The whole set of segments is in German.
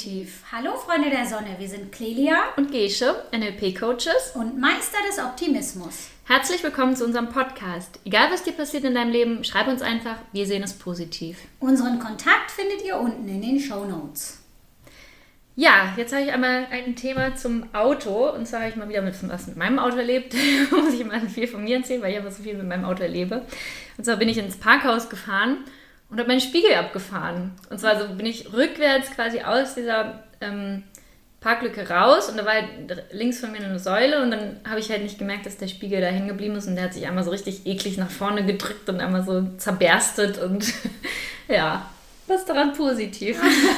positiv. Hallo Freunde der Sonne, wir sind Clelia und Gesche, NLP-Coaches und Meister des Optimismus. Herzlich willkommen zu unserem Podcast. Egal was dir passiert in deinem Leben, schreib uns einfach, wir sehen es positiv. Unseren Kontakt findet ihr unten in den Shownotes. Ja, jetzt habe ich einmal ein Thema zum Auto. Und zwar habe ich mal wieder was mit meinem Auto erlebt. Muss ich mal viel von mir erzählen, weil ich einfach so viel mit meinem Auto erlebe. Und zwar bin ich ins Parkhaus gefahren und habe meinen Spiegel abgefahren. Und zwar so bin ich rückwärts quasi aus dieser Parklücke raus. Und da war halt links von mir eine Säule. Und dann habe ich halt nicht gemerkt, dass der Spiegel da hängen geblieben ist. Und der hat sich einmal so richtig eklig nach vorne gedrückt und einmal so zerberstet. Und ja, was daran positiv?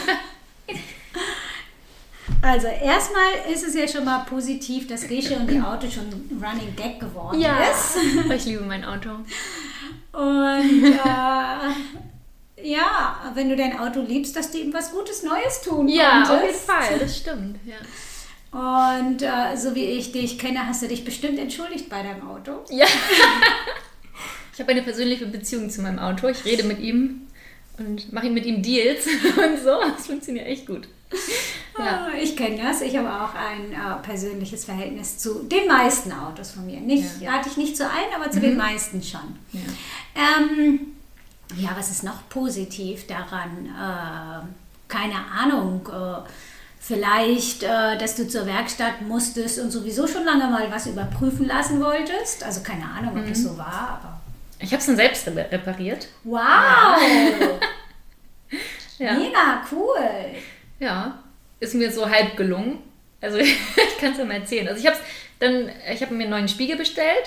Also erstmal ist es ja schon mal positiv, dass Gesche und die Auto schon Running Gag geworden ist. Ja, ich liebe mein Auto. Und ja, wenn du dein Auto liebst, dass du ihm was Gutes Neues tun konntest. Ja, auf jeden Fall, das stimmt. Ja. Und so wie ich dich kenne, hast du dich bestimmt entschuldigt bei deinem Auto. Ja. Ich habe eine persönliche Beziehung zu meinem Auto. Ich rede mit ihm und mache mit ihm Deals und so. Das funktioniert echt gut. Ja. Ich kenne das. Ich habe auch ein persönliches Verhältnis zu den meisten Autos von mir. Hatte ich nicht zu allen, aber zu den meisten schon. Ja. Was ist noch positiv daran? Keine Ahnung. Vielleicht, dass du zur Werkstatt musstest und sowieso schon lange mal was überprüfen lassen wolltest. Also keine Ahnung, ob das so war. Aber ich habe es dann selbst repariert. Wow! Ja. Mega cool! Ja, ist mir so halb gelungen. Also ich kann es ja mal erzählen. Also ich habe mir einen neuen Spiegel bestellt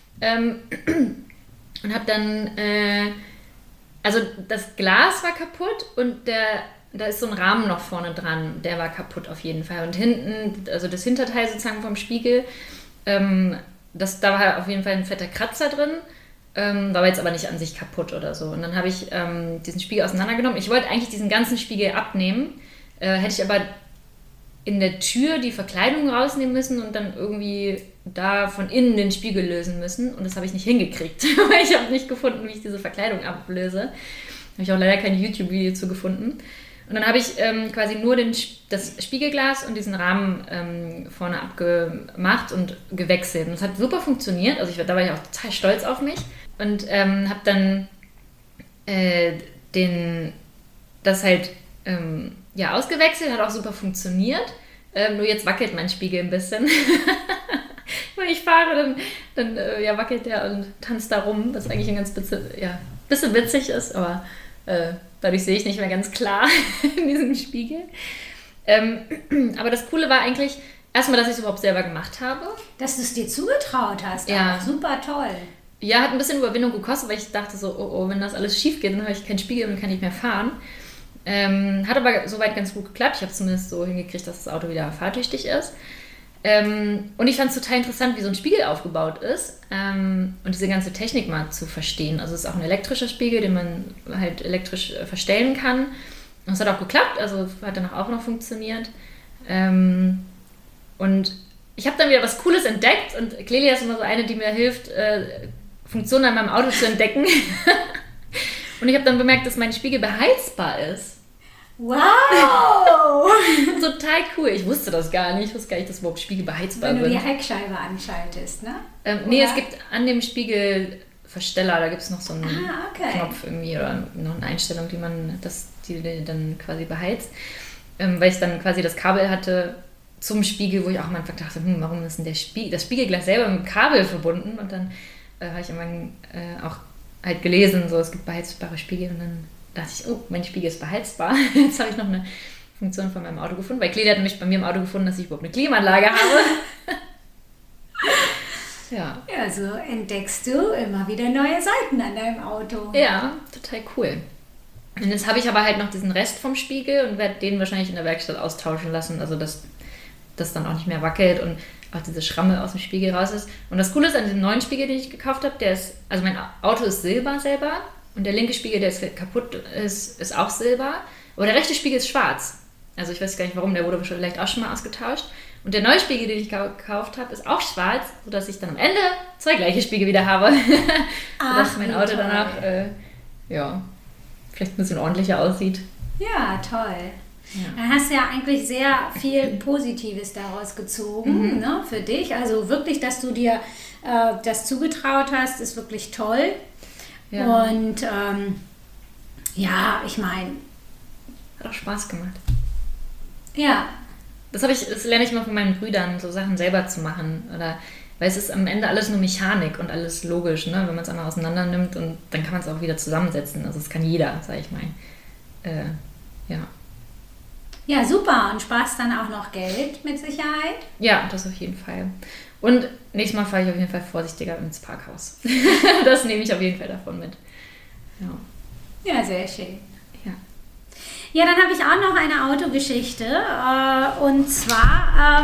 und habe dann, also das Glas war kaputt und da ist so ein Rahmen noch vorne dran, der war kaputt auf jeden Fall. Und hinten, also das Hinterteil sozusagen vom Spiegel, da war auf jeden Fall ein fetter Kratzer drin. War jetzt aber nicht an sich kaputt oder so. Und dann habe ich diesen Spiegel auseinandergenommen. Ich wollte eigentlich diesen ganzen Spiegel abnehmen, hätte ich aber in der Tür die Verkleidung rausnehmen müssen und dann irgendwie da von innen den Spiegel lösen müssen. Und das habe ich nicht hingekriegt, weil ich habe nicht gefunden, wie ich diese Verkleidung ablöse. Habe ich auch leider kein YouTube-Video zu gefunden. Und dann habe ich quasi nur das Spiegelglas und diesen Rahmen vorne abgemacht und gewechselt. Und das hat super funktioniert. Also da war ich auch total stolz auf mich. Und habe dann das halt ausgewechselt, hat auch super funktioniert. Nur jetzt wackelt mein Spiegel ein bisschen. Wenn ich fahre, dann wackelt der und tanzt da rum, was eigentlich ein ganz bisschen witzig ist, aber dadurch sehe ich nicht mehr ganz klar in diesem Spiegel. Aber das Coole war eigentlich erstmal, dass ich es überhaupt selber gemacht habe. Dass du es dir zugetraut hast, ja. Auch super toll. Ja, hat ein bisschen Überwindung gekostet, weil ich dachte so, oh, wenn das alles schief geht, dann habe ich keinen Spiegel und kann nicht mehr fahren. Hat aber soweit ganz gut geklappt. Ich habe zumindest so hingekriegt, dass das Auto wieder fahrtüchtig ist. Und ich fand es total interessant, wie so ein Spiegel aufgebaut ist und diese ganze Technik mal zu verstehen. Also es ist auch ein elektrischer Spiegel, den man halt elektrisch verstellen kann. Und es hat auch geklappt, also hat danach auch noch funktioniert. Und ich habe dann wieder was Cooles entdeckt und Clelia ist immer so eine, die mir hilft, Funktionen an meinem Auto zu entdecken. Und ich habe dann bemerkt, dass mein Spiegel beheizbar ist. Wow! Total cool. Ich wusste das gar nicht. Ich wusste gar nicht, dass überhaupt Spiegel beheizbar sind. Wenn du die Heckscheibe anschaltest, ne? Nee, es gibt an dem Spiegelversteller, da gibt es noch so einen Knopf irgendwie oder noch eine Einstellung, die dann quasi beheizt. Weil ich dann quasi das Kabel hatte zum Spiegel, wo ich auch am Anfang dachte, warum ist denn das Spiegelglas selber mit dem Kabel verbunden? Und dann habe ich irgendwann auch halt gelesen, so es gibt beheizbare Spiegel und dann dachte ich, oh, mein Spiegel ist beheizbar. Jetzt habe ich noch eine Funktion von meinem Auto gefunden, weil Clelia hat nämlich bei mir im Auto gefunden, dass ich überhaupt eine Klimaanlage habe. Ja, Ja, total cool. Und jetzt habe ich aber halt noch diesen Rest vom Spiegel und werde den wahrscheinlich in der Werkstatt austauschen lassen, also dass das dann auch nicht mehr wackelt und auch diese Schramme aus dem Spiegel raus ist. Und das Coole ist an diesem neuen Spiegel, den ich gekauft habe, also mein Auto ist Silber selber und der linke Spiegel, der jetzt kaputt ist auch Silber, aber der rechte Spiegel ist schwarz. Also ich weiß gar nicht warum, der wurde vielleicht auch schon mal ausgetauscht. Und der neue Spiegel, den ich gekauft habe, ist auch schwarz, sodass ich dann am Ende 2 gleiche Spiegel wieder habe. Sodass mein Auto danach vielleicht ein bisschen ordentlicher aussieht. Ja, toll. Ja. Dann hast du ja eigentlich sehr viel Positives daraus gezogen, ne, für dich. Also wirklich, dass du dir das zugetraut hast, ist wirklich toll. Ja. Und ja, ich meine, Hat auch Spaß gemacht. ja, Das lerne ich mal von meinen Brüdern, so Sachen selber zu machen. Weil es ist am Ende alles nur Mechanik und alles logisch, ne? Wenn man es einmal auseinander nimmt und dann kann man es auch wieder zusammensetzen. Also das kann jeder, sag ich mal. Ja. ja, super. Und sparst dann auch noch Geld mit Sicherheit. Ja, das auf jeden Fall. Und nächstes Mal fahre ich auf jeden Fall vorsichtiger ins Parkhaus. Das nehme ich auf jeden Fall davon mit. Ja. Ja, sehr schön. Ja. Ja, dann habe ich auch noch eine Autogeschichte. Und zwar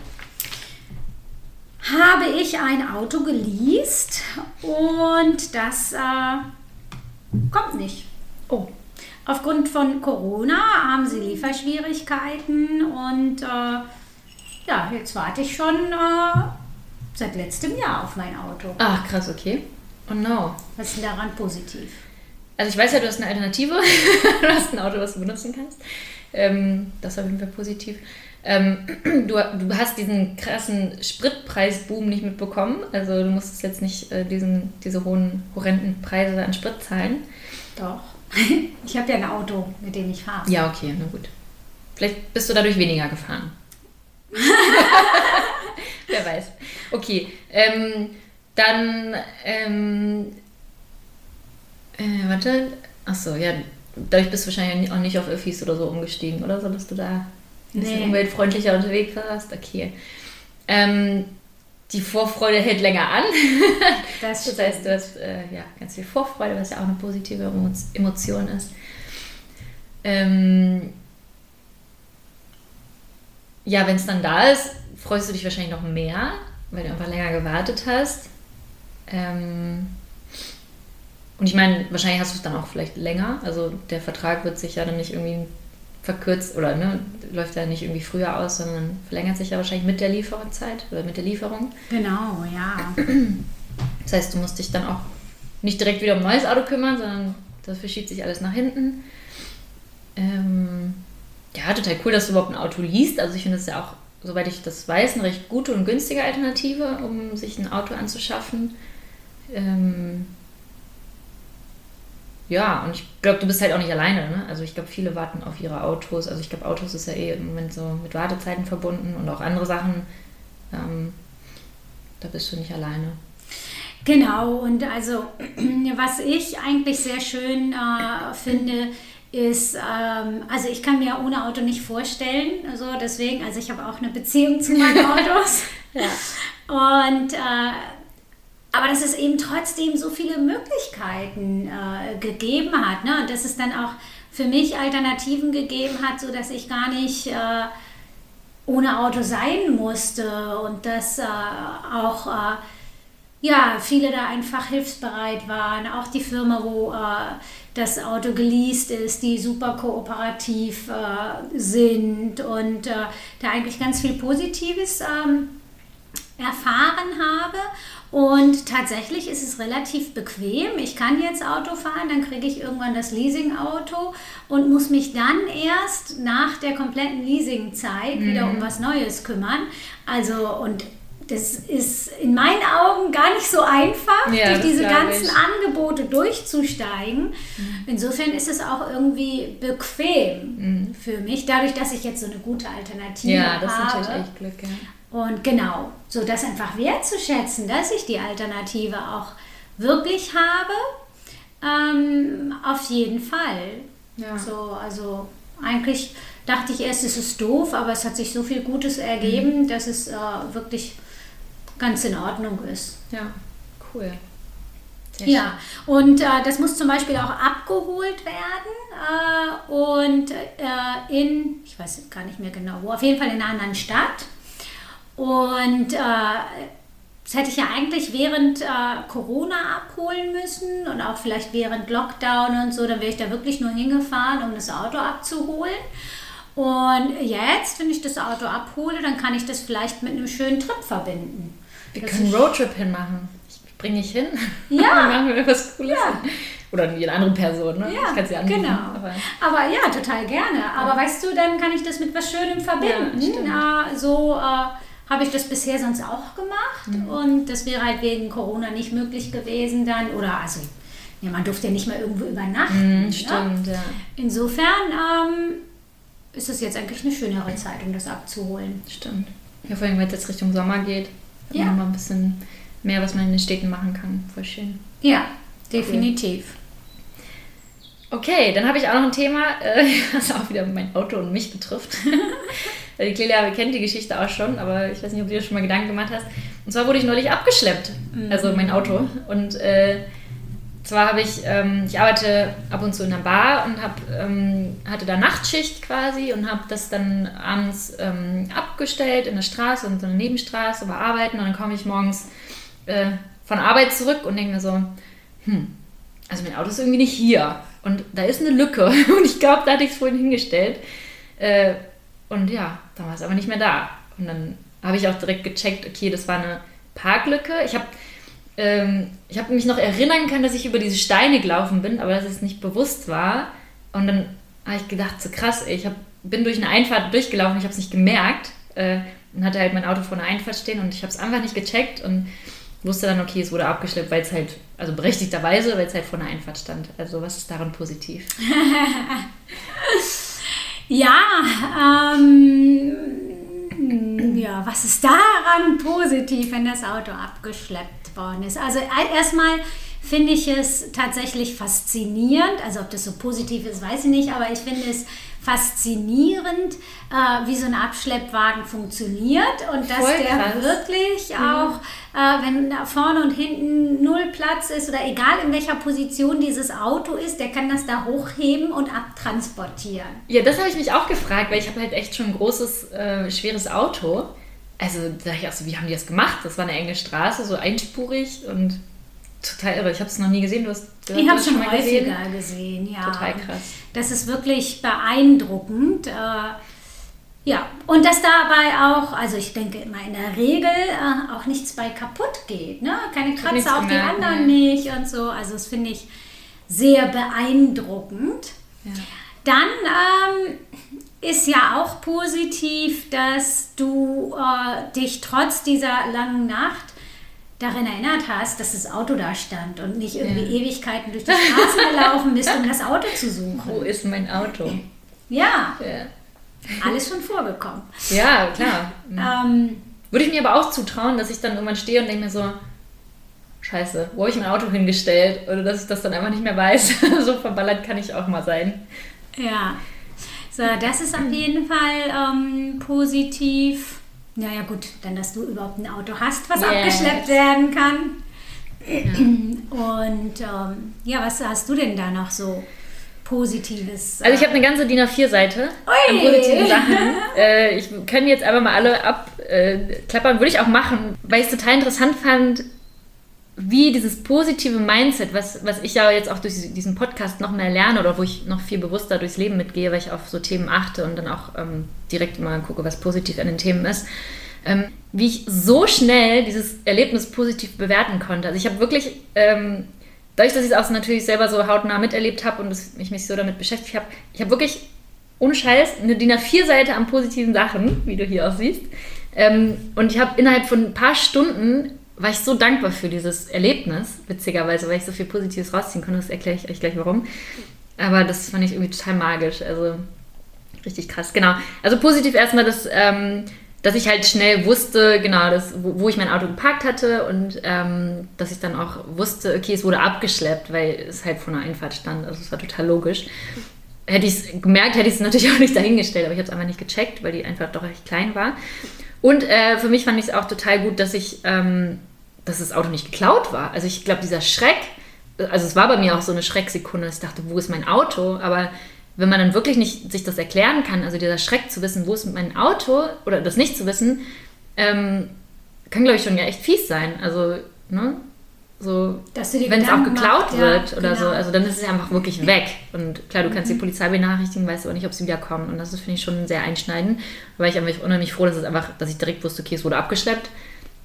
habe ich ein Auto geleast und das kommt nicht. Oh. Aufgrund von Corona haben sie Lieferschwierigkeiten und ja, jetzt warte ich schon seit letztem Jahr auf mein Auto. Ach, krass, okay. Oh no. Was ist denn daran positiv? Also ich weiß ja, du hast eine Alternative. Du hast ein Auto, was du benutzen kannst. Das ist auf jeden Fall positiv. Du hast diesen krassen Spritpreisboom nicht mitbekommen. Also du musstest jetzt nicht diese hohen, horrenden Preise an Sprit zahlen. Doch. Ich habe ja ein Auto, mit dem ich fahre. Ja, okay, na gut. Vielleicht bist du dadurch weniger gefahren. Wer weiß. Okay, dann, warte. Achso, ja, dadurch bist du wahrscheinlich auch nicht auf Öffis oder so umgestiegen, oder so, dass du da ein bisschen umweltfreundlicher unterwegs warst. Okay. Die Vorfreude hält länger an. Das heißt, du hast ganz viel Vorfreude, was ja auch eine positive Emotion ist. Ja, wenn es dann da ist, freust du dich wahrscheinlich noch mehr, weil du einfach länger gewartet hast. Und ich meine, wahrscheinlich hast du es dann auch vielleicht länger. Also der Vertrag wird sich ja dann nicht irgendwie verkürzt oder läuft ja nicht irgendwie früher aus, sondern verlängert sich ja wahrscheinlich mit der Lieferzeit oder mit der Lieferung. Genau, ja. Das heißt, du musst dich dann auch nicht direkt wieder um ein neues Auto kümmern, sondern das verschiebt sich alles nach hinten. Ja, total cool, dass du überhaupt ein Auto liest. Also ich finde es ja auch, soweit ich das weiß, eine recht gute und günstige Alternative, um sich ein Auto anzuschaffen. Ja, und ich glaube, du bist halt auch nicht alleine, ne? Also ich glaube, viele warten auf ihre Autos. Also ich glaube, Autos ist ja im Moment so mit Wartezeiten verbunden und auch andere Sachen. Da bist du nicht alleine. Genau, und also was ich eigentlich sehr schön finde, ist, also ich kann mir ohne Auto nicht vorstellen, also deswegen, also ich habe auch eine Beziehung zu meinen Autos. Ja. Und aber dass es eben trotzdem so viele Möglichkeiten gegeben hat, ne? Und dass es dann auch für mich Alternativen gegeben hat, sodass ich gar nicht ohne Auto sein musste und dass auch ja, viele da einfach hilfsbereit waren. Auch die Firma, wo das Auto geleast ist, die super kooperativ sind und da eigentlich ganz viel Positives erfahren habe. Und tatsächlich ist es relativ bequem. Ich kann jetzt Auto fahren, dann kriege ich irgendwann das Leasing-Auto und muss mich dann erst nach der kompletten Leasingzeit wieder um was Neues kümmern. Also, und das ist in meinen Augen gar nicht so einfach, durch diese ganzen Angebote durchzusteigen. Insofern ist es auch irgendwie bequem für mich, dadurch, dass ich jetzt so eine gute Alternative habe. Ja, das ist natürlich echt Glück, ja. Und genau, so das einfach wertzuschätzen, dass ich die Alternative auch wirklich habe, auf jeden Fall. Ja. So, also eigentlich dachte ich erst, es ist doof, aber es hat sich so viel Gutes ergeben, dass es wirklich ganz in Ordnung ist. Ja, cool. Ja, und das muss zum Beispiel auch abgeholt werden und ich weiß gar nicht mehr genau wo, auf jeden Fall in einer anderen Stadt. Und das hätte ich ja eigentlich während Corona abholen müssen und auch vielleicht während Lockdown und so, dann wäre ich da wirklich nur hingefahren, um das Auto abzuholen. Und jetzt, wenn ich das Auto abhole, dann kann ich das vielleicht mit einem schönen Trip verbinden. Wir können einen Roadtrip hinmachen. Ich bringe dich hin. Ja. Dann machen wir was Cooles. Ja. Oder jede andere Person, ne? Ja, ich kann sie anrufen. Genau. Aber ja, total gerne. Aber weißt du, dann kann ich das mit was Schönem verbinden. Ja, so habe ich das bisher sonst auch gemacht. Und das wäre halt wegen Corona nicht möglich gewesen dann. Oder also, ja, man durfte ja nicht mehr irgendwo übernachten. Stimmt, ja. Insofern ist es jetzt eigentlich eine schönere Zeit, um das abzuholen. Stimmt. Ja, vor allem, wenn es jetzt Richtung Sommer geht, ja. Mal ein bisschen mehr, was man in den Städten machen kann. Voll schön. Ja, definitiv. Cool. Okay, dann habe ich auch noch ein Thema, das auch wieder mein Auto und mich betrifft. Die Clelia kennt die Geschichte auch schon, aber ich weiß nicht, ob du dir schon mal Gedanken gemacht hast. Und zwar wurde ich neulich abgeschleppt, also mein Auto. Und zwar habe ich arbeite ab und zu in einer Bar und hatte da Nachtschicht quasi und habe das dann abends abgestellt in der Straße und so eine Nebenstraße, war arbeiten und dann komme ich morgens von Arbeit zurück und denke mir so, also mein Auto ist irgendwie nicht hier und da ist eine Lücke und ich glaube, da hatte ich es vorhin hingestellt und ja, dann war es aber nicht mehr da und dann habe ich auch direkt gecheckt, okay, das war eine Parklücke. Ich habe mich noch erinnern können, dass ich über diese Steine gelaufen bin, aber dass es nicht bewusst war. Und dann habe ich gedacht, so krass, ey, bin durch eine Einfahrt durchgelaufen, ich habe es nicht gemerkt und hatte halt mein Auto vor einer Einfahrt stehen und ich habe es einfach nicht gecheckt und wusste dann, okay, es wurde abgeschleppt, weil es halt, also berechtigterweise, weil es halt vor einer Einfahrt stand. Also was ist daran positiv? Ja, was ist daran positiv, wenn das Auto abgeschleppt worden ist? Also erstmal finde ich es tatsächlich faszinierend, also ob das so positiv ist, weiß ich nicht, aber ich finde es faszinierend, wie so ein Abschleppwagen funktioniert und dass voll der krass. Wirklich auch, wenn da vorne und hinten null Platz ist oder egal in welcher Position dieses Auto ist, der kann das da hochheben und abtransportieren. Ja, das habe ich mich auch gefragt, weil ich habe halt echt schon ein großes, schweres Auto. Also da dachte ich auch so, wie haben die das gemacht? Das war eine enge Straße, so einspurig und total irre. Ich habe es noch nie gesehen. Ich habe es schon häufiger gesehen, ja. Total krass. Das ist wirklich beeindruckend. Ja, und dass dabei auch, also ich denke immer in der Regel auch nichts bei kaputt geht. Ne? Keine Kratzer auf die anderen nicht und so. Also das finde ich sehr beeindruckend. Ja. Dann ist ja auch positiv, dass du dich trotz dieser langen Nacht daran erinnert hast, dass das Auto da stand und nicht irgendwie Ewigkeiten durch die Straße gelaufen bist, um das Auto zu suchen. Wo ist mein Auto? Ja. Alles schon vorgekommen. Ja, klar. Würde ich mir aber auch zutrauen, dass ich dann irgendwann stehe und denke mir so, scheiße, wo habe ich mein Auto hingestellt? Oder dass ich das dann einfach nicht mehr weiß. So verballert kann ich auch mal sein. Ja, so, das ist auf jeden Fall positiv. Naja gut, dann, dass du überhaupt ein Auto hast, was abgeschleppt werden kann. Ja. Und was hast du denn da noch so Positives? Also ich habe eine ganze DIN A4-Seite an positiven Sachen. Ich kann jetzt einfach mal alle abklappern, würde ich auch machen, weil ich es total interessant fand, wie dieses positive Mindset, was ich ja jetzt auch durch diesen Podcast noch mehr lerne oder wo ich noch viel bewusster durchs Leben mitgehe, weil ich auf so Themen achte und dann auch direkt mal gucke, was positiv an den Themen ist, wie ich so schnell dieses Erlebnis positiv bewerten konnte. Also ich habe wirklich, dadurch, dass ich es auch natürlich selber so hautnah miterlebt habe und ich mich so damit beschäftigt habe, ich habe wirklich ohne Scheiß eine DIN A4-Seite an positiven Sachen, wie du hier auch siehst. Und ich habe innerhalb von ein paar Stunden war ich so dankbar für dieses Erlebnis, witzigerweise, weil ich so viel Positives rausziehen konnte. Das erkläre ich euch gleich warum. Aber das fand ich irgendwie total magisch. Also richtig krass. Genau. Also positiv erstmal, dass ich halt schnell wusste, genau, wo ich mein Auto geparkt hatte und dass ich dann auch wusste, okay, es wurde abgeschleppt, weil es halt vor einer Einfahrt stand. Also es war total logisch. Hätte ich es gemerkt, hätte ich es natürlich auch nicht dahingestellt, aber ich habe es einfach nicht gecheckt, weil die Einfahrt doch recht klein war. Und für mich fand ich es auch total gut, dass das Auto nicht geklaut war. Also ich glaube, dieser Schreck, also es war bei mir auch so eine Schrecksekunde, dass ich dachte, wo ist mein Auto? Aber wenn man dann wirklich nicht sich das erklären kann, also dieser Schreck zu wissen, wo ist mein Auto, oder das nicht zu wissen, kann, glaube ich, schon ja echt fies sein. Also, ne? So, wenn es auch geklaut wird oder so, also dann ist es einfach wirklich weg. Und klar, du kannst die Polizei benachrichtigen, weißt aber nicht, ob sie wiederkommen. Und das ist, finde ich, schon sehr einschneidend. Da war ich einfach unheimlich froh, dass ich direkt wusste, okay, es wurde abgeschleppt.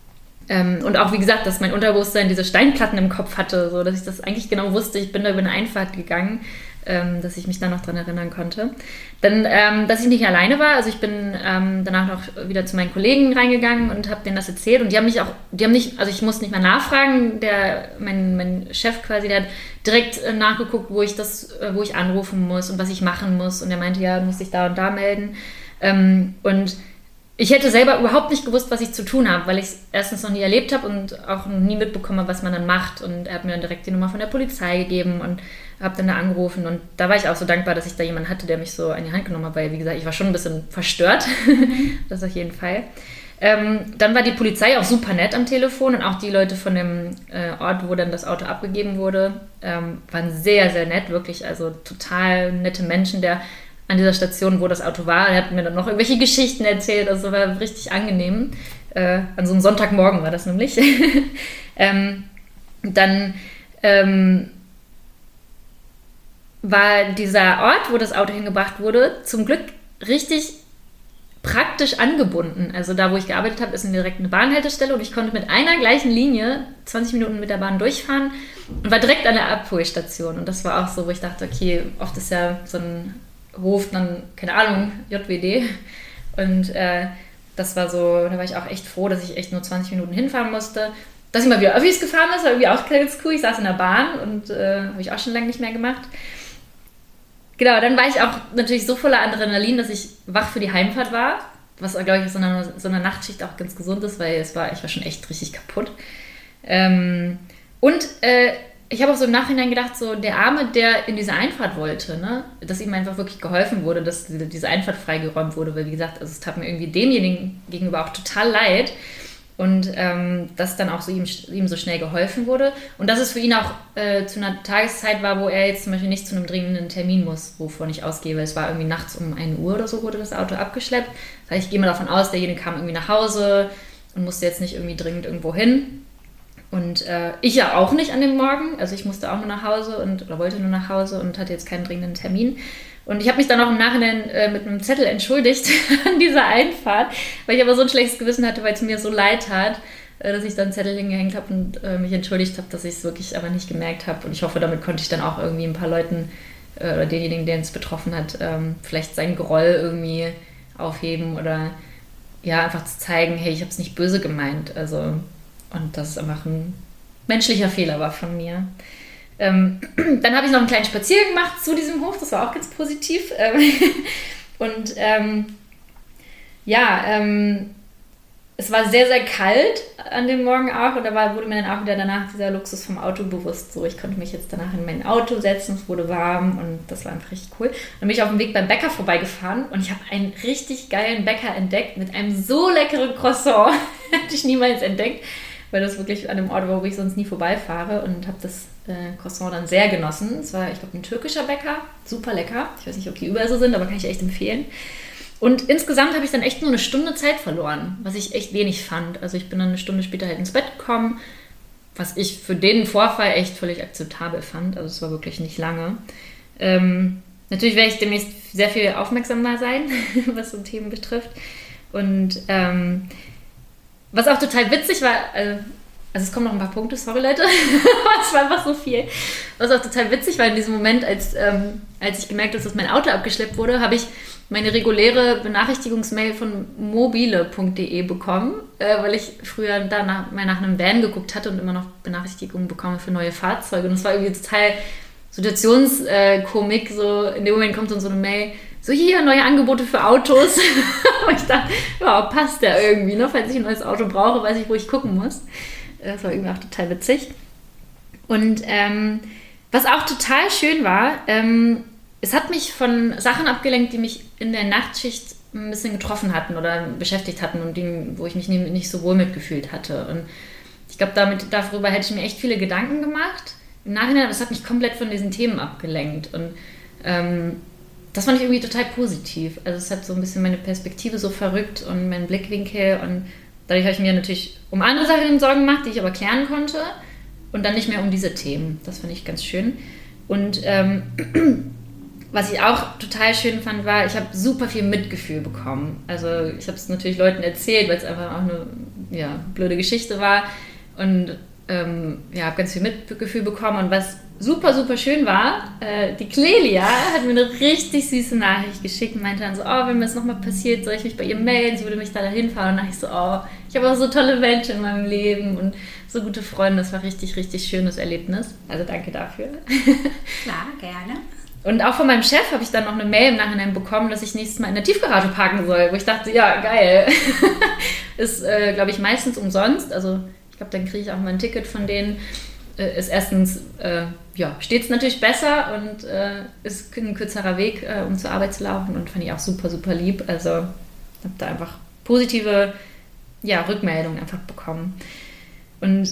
Und auch, wie gesagt, dass mein Unterbewusstsein diese Steinplatten im Kopf hatte, so dass ich das eigentlich genau wusste. Ich bin da über eine Einfahrt gegangen, dass ich mich da noch dran erinnern konnte. Dann, dass ich nicht alleine war. Also ich bin danach noch wieder zu meinen Kollegen reingegangen und habe denen das erzählt. Und die haben nicht, also ich musste nicht mal nachfragen. Mein Chef quasi, der hat direkt nachgeguckt, wo ich anrufen muss und was ich machen muss. Und er meinte, ja, du musst dich da und da melden. Und ich hätte selber überhaupt nicht gewusst, was ich zu tun habe, weil ich es erstens noch nie erlebt habe und auch noch nie mitbekommen, was man dann macht. Und er hat mir dann direkt die Nummer von der Polizei gegeben und habe dann da angerufen. Und da war ich auch so dankbar, dass ich da jemanden hatte, der mich so an die Hand genommen hat, weil, wie gesagt, ich war schon ein bisschen verstört. Das auf jeden Fall. Dann war die Polizei auch super nett am Telefon und auch die Leute von dem Ort, wo dann das Auto abgegeben wurde, waren sehr, sehr nett, wirklich. Also total nette Menschen, der an dieser Station, wo das Auto war. Er hat mir dann noch irgendwelche Geschichten erzählt, also war richtig angenehm. An so einem Sonntagmorgen war das nämlich. Dann war dieser Ort, wo das Auto hingebracht wurde, zum Glück richtig praktisch angebunden. Also da, wo ich gearbeitet habe, ist direkt eine Bahnhaltestelle und ich konnte mit einer gleichen Linie 20 Minuten mit der Bahn durchfahren und war direkt an der Abholstation. Und das war auch so, wo ich dachte, okay, oft ist ja so ein Hof dann, keine Ahnung, JWD. Und das war so, da war ich auch echt froh, dass ich echt nur 20 Minuten hinfahren musste. Dass ich mal wieder Öffis gefahren ist, war irgendwie auch ganz cool. Ich saß in der Bahn und habe ich auch schon lange nicht mehr gemacht. Genau, dann war ich auch natürlich so voller Adrenalin, dass ich wach für die Heimfahrt war. Was, glaube ich, aus so einer Nachtschicht auch ganz gesund ist, weil ich war schon echt richtig kaputt. Ich habe auch so im Nachhinein gedacht, so der Arme, der in diese Einfahrt wollte, ne, dass ihm einfach wirklich geholfen wurde, dass diese Einfahrt freigeräumt wurde, weil wie gesagt, also es tat mir irgendwie demjenigen gegenüber auch total leid und dass dann auch so ihm so schnell geholfen wurde und dass es für ihn auch zu einer Tageszeit war, wo er jetzt zum Beispiel nicht zu einem dringenden Termin muss, wovon ich ausgehe, weil es war irgendwie nachts um 1 Uhr oder so wurde das Auto abgeschleppt. Das heißt, ich gehe mal davon aus, derjenige kam irgendwie nach Hause und musste jetzt nicht irgendwie dringend irgendwo hin. Und ich ja auch nicht an dem Morgen, also ich musste auch nur nach Hause oder wollte nur nach Hause und hatte jetzt keinen dringenden Termin. Und ich habe mich dann auch im Nachhinein mit einem Zettel entschuldigt an dieser Einfahrt, weil ich aber so ein schlechtes Gewissen hatte, weil es mir so leid tat, dass ich dann einen Zettel hingehängt habe und mich entschuldigt habe, dass ich es wirklich aber nicht gemerkt habe. Und ich hoffe, damit konnte ich dann auch irgendwie ein paar Leuten oder denjenigen, der es betroffen hat, vielleicht seinen Groll irgendwie aufheben oder ja, einfach zu zeigen, hey, ich habe es nicht böse gemeint. Also und dass es einfach ein menschlicher Fehler war von mir. Dann habe ich noch einen kleinen Spaziergang gemacht zu diesem Hof, das war auch ganz positiv. Es war sehr, sehr kalt an dem Morgen auch und da wurde mir dann auch wieder danach dieser Luxus vom Auto bewusst. So, ich konnte mich jetzt danach in mein Auto setzen, es wurde warm und das war einfach richtig cool. Dann bin ich auf dem Weg beim Bäcker vorbeigefahren und ich habe einen richtig geilen Bäcker entdeckt mit einem so leckeren Croissant. Hätte ich niemals entdeckt, weil das wirklich an einem Ort war, wo ich sonst nie vorbeifahre und habe das Croissant dann sehr genossen. Es war, ich glaube, ein türkischer Bäcker, super lecker. Ich weiß nicht, ob die überall so sind, aber kann ich echt empfehlen. Und insgesamt habe ich dann echt nur eine Stunde Zeit verloren, was ich echt wenig fand. Also ich bin dann eine Stunde später halt ins Bett gekommen, was ich für den Vorfall echt völlig akzeptabel fand. Also es war wirklich nicht lange. Natürlich werde ich demnächst sehr viel aufmerksamer sein, was so Themen betrifft. Und was auch total witzig war, also es kommen noch ein paar Punkte, sorry Leute, es war einfach so viel. Was auch total witzig war in diesem Moment, als ich gemerkt habe, dass mein Auto abgeschleppt wurde, habe ich meine reguläre Benachrichtigungsmail von mobile.de bekommen, weil ich früher danach mal nach einem Van geguckt hatte und immer noch Benachrichtigungen bekomme für neue Fahrzeuge. Und es war irgendwie total Situationskomik, so in dem Moment kommt dann so eine Mail, so hier, neue Angebote für Autos. Und ich dachte, ja, passt ja irgendwie, ne? Falls ich ein neues Auto brauche, weiß ich, wo ich gucken muss. Das war irgendwie auch total witzig. Und was auch total schön war, es hat mich von Sachen abgelenkt, die mich in der Nachtschicht ein bisschen getroffen hatten oder beschäftigt hatten und wo ich mich nicht so wohl mitgefühlt hatte. Und ich glaube, darüber hätte ich mir echt viele Gedanken gemacht. Im Nachhinein, das hat mich komplett von diesen Themen abgelenkt. Und das fand ich irgendwie total positiv. Also es hat so ein bisschen meine Perspektive so verrückt und meinen Blickwinkel. Und dadurch habe ich mir natürlich um andere Sachen Sorgen gemacht, die ich aber klären konnte. Und dann nicht mehr um diese Themen. Das fand ich ganz schön. Und was ich auch total schön fand, war, ich habe super viel Mitgefühl bekommen. Also ich habe es natürlich Leuten erzählt, weil es einfach auch eine blöde Geschichte war. Und habe ganz viel Mitgefühl bekommen. Und was super, super schön war, die Clelia hat mir eine richtig süße Nachricht geschickt und meinte dann so, wenn mir das nochmal passiert, soll ich mich bei ihr melden? Sie würde mich da dahin fahren. Und dann dachte ich so, ich habe auch so tolle Menschen in meinem Leben und so gute Freunde. Das war richtig, richtig schönes Erlebnis. Also danke dafür. Klar, gerne. Und auch von meinem Chef habe ich dann noch eine Mail im Nachhinein bekommen, dass ich nächstes Mal in der Tiefgarage parken soll, wo ich dachte, ja, geil. Ist, glaube ich, meistens umsonst. Also ich glaube, dann kriege ich auch mal ein Ticket von denen. Ist erstens, steht es natürlich besser und ist ein kürzerer Weg, um zur Arbeit zu laufen. Und fand ich auch super, super lieb. Also habe da einfach positive Rückmeldungen einfach bekommen. Und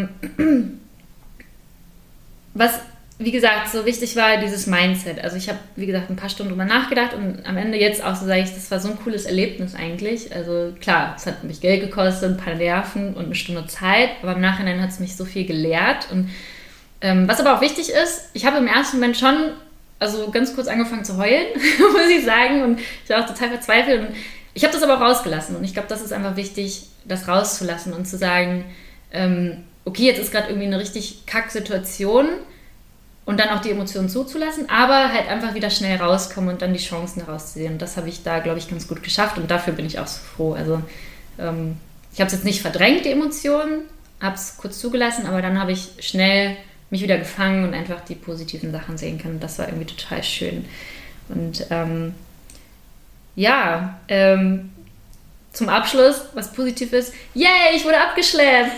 was, wie gesagt, so wichtig war, dieses Mindset. Also ich habe, wie gesagt, ein paar Stunden drüber nachgedacht und am Ende jetzt auch so sage ich, das war so ein cooles Erlebnis eigentlich. Also klar, es hat mich Geld gekostet, ein paar Nerven und eine Stunde Zeit, aber im Nachhinein hat es mich so viel gelehrt. Und was aber auch wichtig ist, ich habe im ersten Moment schon, also ganz kurz angefangen zu heulen, muss ich sagen, und ich war auch total verzweifelt. Und ich habe das aber auch rausgelassen und ich glaube, das ist einfach wichtig, das rauszulassen und zu sagen, okay, jetzt ist gerade irgendwie eine richtig Kack-Situation, und dann auch die Emotionen zuzulassen, aber halt einfach wieder schnell rauskommen und dann die Chancen daraus zu sehen. Und das habe ich da, glaube ich, ganz gut geschafft und dafür bin ich auch so froh. Also ich habe es jetzt nicht verdrängt, die Emotionen, habe es kurz zugelassen, aber dann habe ich schnell mich wieder gefangen und einfach die positiven Sachen sehen können. Das war irgendwie total schön. Und zum Abschluss, was positiv ist, yay, ich wurde abgeschleppt!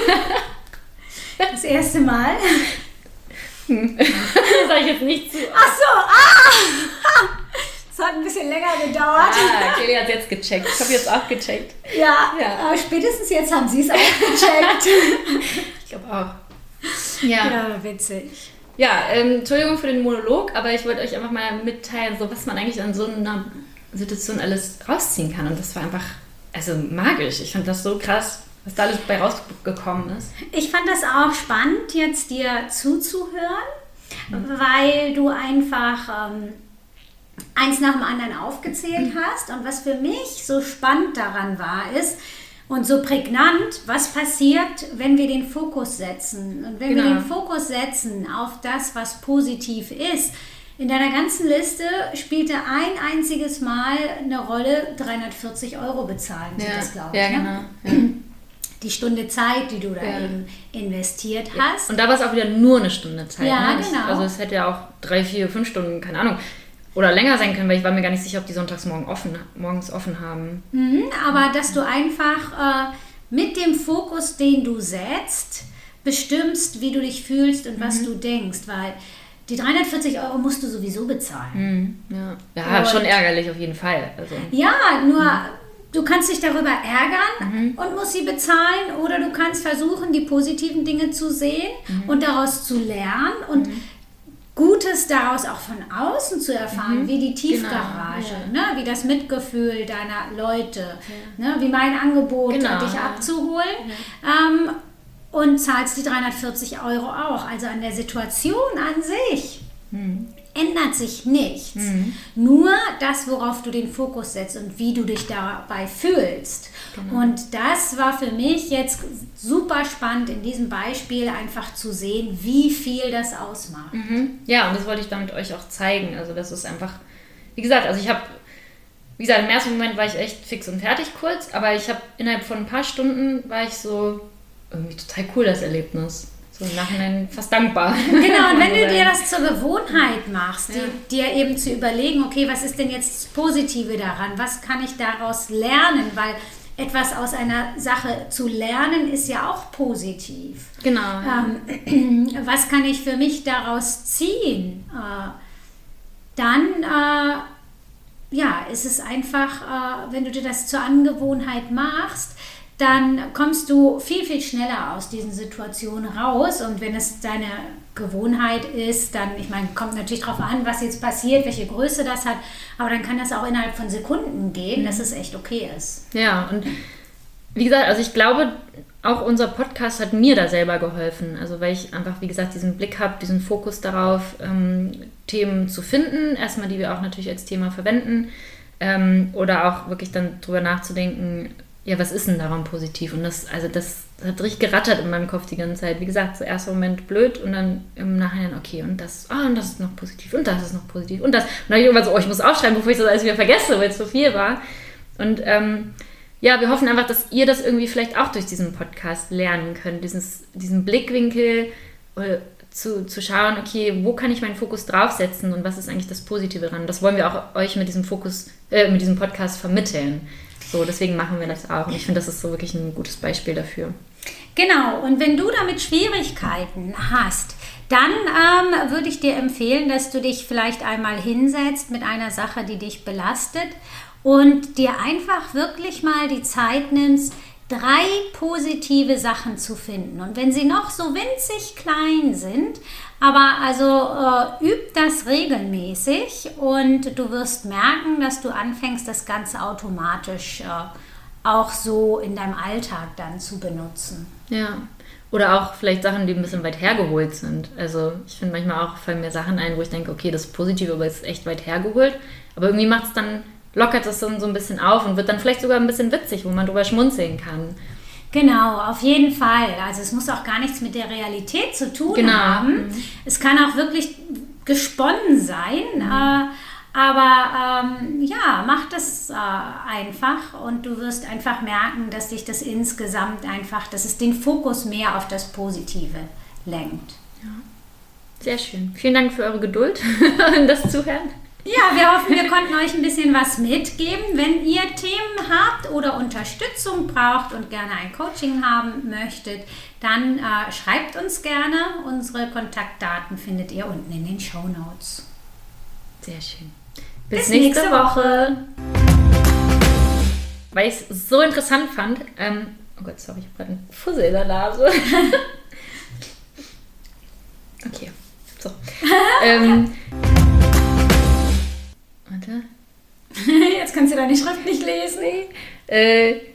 Das erste Mal. Das sage ich jetzt nicht zu. Ach so, das hat ein bisschen länger gedauert. Kelly hat es jetzt gecheckt. Ich habe jetzt auch gecheckt. Ja. Spätestens jetzt haben sie es auch gecheckt. Ich glaube auch. Ja, witzig. Ja, Entschuldigung für den Monolog, aber ich wollte euch einfach mal mitteilen, so, was man eigentlich an so einer Situation alles rausziehen kann. Und das war einfach, magisch. Ich fand das so krass, was da alles bei rausgekommen ist. Ich fand das auch spannend, jetzt dir zuzuhören, weil du einfach eins nach dem anderen aufgezählt hast. Und was für mich so spannend daran war, ist und so prägnant, was passiert, wenn wir den Fokus setzen. Und wenn wir den Fokus setzen auf das, was positiv ist. In deiner ganzen Liste spielte ein einziges Mal eine Rolle, 340 € bezahlen, das glaube ich. Ja, genau. Ja. Die Stunde Zeit, die du da eben investiert hast. Und da war es auch wieder nur eine Stunde Zeit. Ja, ne? genau. Also es hätte ja auch 3, 4, 5 Stunden, keine Ahnung, oder länger sein können, weil ich war mir gar nicht sicher, ob die sonntags morgens offen haben. Aber dass du einfach mit dem Fokus, den du setzt, bestimmst, wie du dich fühlst und was du denkst, weil die 340 € musst du sowieso bezahlen. Ja, schon ärgerlich auf jeden Fall. Also. Ja, nur du kannst dich darüber ärgern und musst sie bezahlen oder du kannst versuchen, die positiven Dinge zu sehen und daraus zu lernen und Gutes daraus auch von außen zu erfahren, wie die Tiefgarage, wie das Mitgefühl deiner Leute, wie mein Angebot, dich abzuholen. Und zahlst die 340 € auch. Also an der Situation an sich ändert sich nichts. Nur das, worauf du den Fokus setzt und wie du dich dabei fühlst. Und das war für mich jetzt super spannend, in diesem Beispiel einfach zu sehen, wie viel das ausmacht. Ja, und das wollte ich damit euch auch zeigen. Also das ist einfach, wie gesagt, im ersten Moment war ich echt fix und fertig kurz, aber ich habe innerhalb von ein paar Stunden war ich so, irgendwie total cool, das Erlebnis. So im Nachhinein fast dankbar. Genau, und wenn du dir das zur Gewohnheit machst, dir eben zu überlegen, okay, was ist denn jetzt das Positive daran? Was kann ich daraus lernen? Weil etwas aus einer Sache zu lernen ist ja auch positiv. Genau. Was kann ich für mich daraus ziehen? Dann ist es einfach, wenn du dir das zur Angewohnheit machst, dann kommst du viel, viel schneller aus diesen Situationen raus. Und wenn es deine Gewohnheit ist, dann, ich meine, kommt natürlich darauf an, was jetzt passiert, welche Größe das hat, aber dann kann das auch innerhalb von Sekunden gehen, dass es echt okay ist. Ja, und wie gesagt, also ich glaube, auch unser Podcast hat mir da selber geholfen. Also weil ich einfach, wie gesagt, diesen Blick habe, diesen Fokus darauf, Themen zu finden. Erstmal, die wir auch natürlich als Thema verwenden. Oder auch wirklich dann drüber nachzudenken, ja, was ist denn daran positiv? Und das hat richtig gerattert in meinem Kopf die ganze Zeit. Wie gesagt, so erster Moment blöd und dann im Nachhinein, okay, und das ist noch positiv und das ist noch positiv und das. Und dann habe ich irgendwann so, ich muss aufschreiben, bevor ich das alles wieder vergesse, weil es so viel war. Und wir hoffen einfach, dass ihr das irgendwie vielleicht auch durch diesen Podcast lernen könnt, diesen Blickwinkel zu schauen, okay, wo kann ich meinen Fokus draufsetzen und was ist eigentlich das Positive daran? Das wollen wir auch euch mit diesem Podcast vermitteln. So, deswegen machen wir das auch. Und ich finde, das ist so wirklich ein gutes Beispiel dafür. Genau, und wenn du damit Schwierigkeiten hast, dann würde ich dir empfehlen, dass du dich vielleicht einmal hinsetzt mit einer Sache, die dich belastet und dir einfach wirklich mal die Zeit nimmst, 3 positive Sachen zu finden. Und wenn sie noch so winzig klein sind, aber also üb das regelmäßig und du wirst merken, dass du anfängst, das Ganze automatisch auch so in deinem Alltag dann zu benutzen. Ja, oder auch vielleicht Sachen, die ein bisschen weit hergeholt sind. Also ich finde manchmal auch, fallen mir Sachen ein, wo ich denke, okay, das ist positiv, aber es ist echt weit hergeholt. Aber irgendwie lockert es dann so ein bisschen auf und wird dann vielleicht sogar ein bisschen witzig, wo man drüber schmunzeln kann. Genau, auf jeden Fall. Also es muss auch gar nichts mit der Realität zu tun haben. Es kann auch wirklich gesponnen sein, aber mach das einfach und du wirst einfach merken, dass dich das insgesamt einfach, dass es den Fokus mehr auf das Positive lenkt. Ja. Sehr schön. Vielen Dank für eure Geduld und das Zuhören. Ja, wir hoffen, wir konnten euch ein bisschen was mitgeben. Wenn ihr Themen habt oder Unterstützung braucht und gerne ein Coaching haben möchtet, dann schreibt uns gerne. Unsere Kontaktdaten findet ihr unten in den Shownotes. Sehr schön. Bis nächste Woche. Weil ich es so interessant fand. Oh Gott, sorry, ich habe gerade einen Fussel in der Nase. Okay, so. Warte. Jetzt kannst du deine Schrift nicht lesen.